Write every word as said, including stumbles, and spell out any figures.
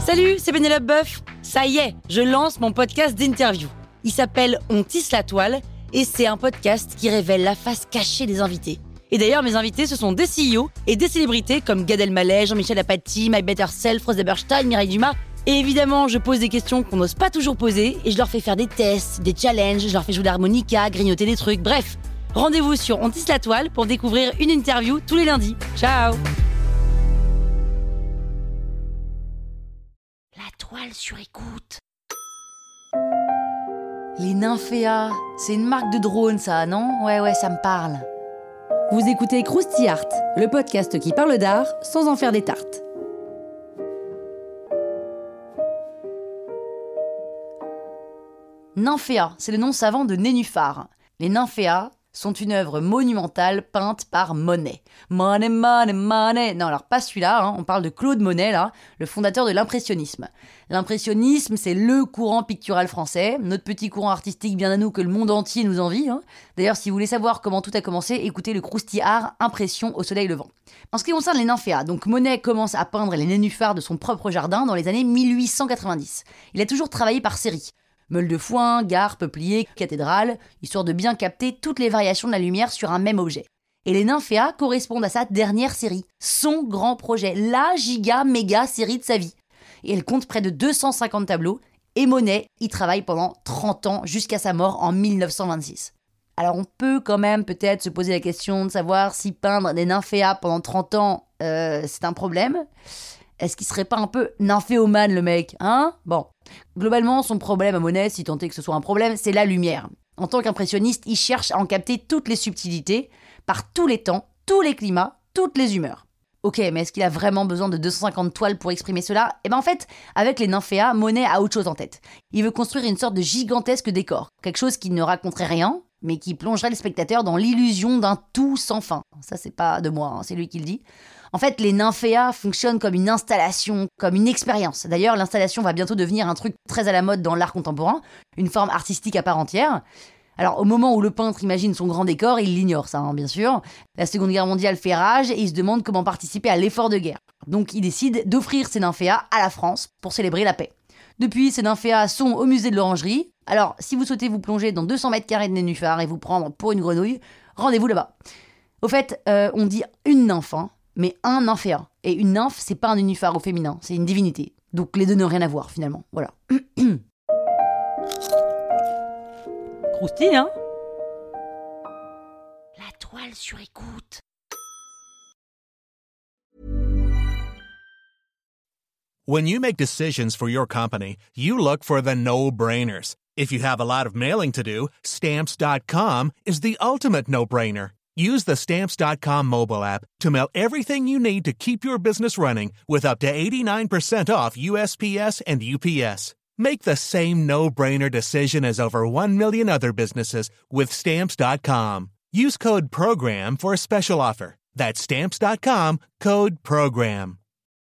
Salut, c'est Pénélope Boeuf. Ça y est, je lance mon podcast d'interview. Il s'appelle On tisse la toile et c'est un podcast qui révèle la face cachée des invités. Et d'ailleurs, mes invités, ce sont des C E O et des célébrités comme Gad Elmaleh, Jean-Michel Apathy, My Better Self, Rose Eberstein, Mireille Dumas. Et évidemment, je pose des questions qu'on n'ose pas toujours poser et je leur fais faire des tests, des challenges, je leur fais jouer de l'harmonica, grignoter des trucs, bref. Rendez-vous sur On tisse la toile pour découvrir une interview tous les lundis. Ciao! La toile sur écoute. Les Nymphéas, c'est une marque de drone ça, non? Ouais, ouais, ça me parle. Vous écoutez Krusty Art, le podcast qui parle d'art sans en faire des tartes. Nymphéas, c'est le nom savant de nénuphar. Les Nymphéas sont une œuvre monumentale peinte par Monet. Monet, Monet, Monet. Non, alors pas celui-là, hein. On parle de Claude Monet, là, le fondateur de l'impressionnisme. L'impressionnisme, c'est le courant pictural français, notre petit courant artistique bien à nous que le monde entier nous envie. Hein. D'ailleurs, si vous voulez savoir comment tout a commencé, écoutez le Krusty Art Impression au soleil levant. En ce qui concerne les Nymphéas, donc Monet commence à peindre les nénuphars de son propre jardin dans les années mille huit cent quatre-vingt-dix. Il a toujours travaillé par série. Meule de foin, gare, peuplier, cathédrale, histoire de bien capter toutes les variations de la lumière sur un même objet. Et les Nymphéas correspondent à sa dernière série, son grand projet, la giga méga série de sa vie. Et elle compte près de deux cent cinquante tableaux, et Monet y travaille pendant trente ans jusqu'à sa mort en mille neuf cent vingt-six. Alors on peut quand même peut-être se poser la question de savoir si peindre des Nymphéas pendant trente ans, euh, c'est un problème. Est-ce qu'il serait pas un peu nymphéomane, le mec, hein? Bon. Globalement, son problème à Monet, si tant est que ce soit un problème, c'est la lumière. En tant qu'impressionniste, il cherche à en capter toutes les subtilités, par tous les temps, tous les climats, toutes les humeurs. Ok, mais est-ce qu'il a vraiment besoin de deux cent cinquante toiles pour exprimer cela? Eh ben en fait, avec les Nymphéas, Monet a autre chose en tête. Il veut construire une sorte de gigantesque décor. Quelque chose qui ne raconterait rien, mais qui plongerait le spectateur dans l'illusion d'un tout sans fin. Ça, c'est pas de moi, hein, c'est lui qui le dit. En fait, les Nymphéas fonctionnent comme une installation, comme une expérience. D'ailleurs, l'installation va bientôt devenir un truc très à la mode dans l'art contemporain, une forme artistique à part entière. Alors, au moment où le peintre imagine son grand décor, il l'ignore, ça, hein, bien sûr. La Seconde Guerre mondiale fait rage et il se demande comment participer à l'effort de guerre. Donc, il décide d'offrir ces Nymphéas à la France pour célébrer la paix. Depuis, ces Nymphéas sont au musée de l'Orangerie. Alors, si vous souhaitez vous plonger dans deux cents mètres carrés de nénuphars et vous prendre pour une grenouille, rendez-vous là-bas. Au fait, euh, on dit une nymphe, hein, mais un nymphéa. Et une nymphe, c'est pas un nénuphar au féminin, c'est une divinité. Donc les deux n'ont rien à voir, finalement. Voilà. Croustille, hein? La toile sur écoute. When you make decisions for your company, you look for the no-brainers. If you have a lot of mailing to do, Stamps dot com is the ultimate no-brainer. Use the Stamps dot com mobile app to mail everything you need to keep your business running with up to eighty-nine percent off U S P S and U P S. Make the same no-brainer decision as over one million other businesses with Stamps dot com. Use code PROGRAM for a special offer. That's Stamps dot com, code PROGRAM.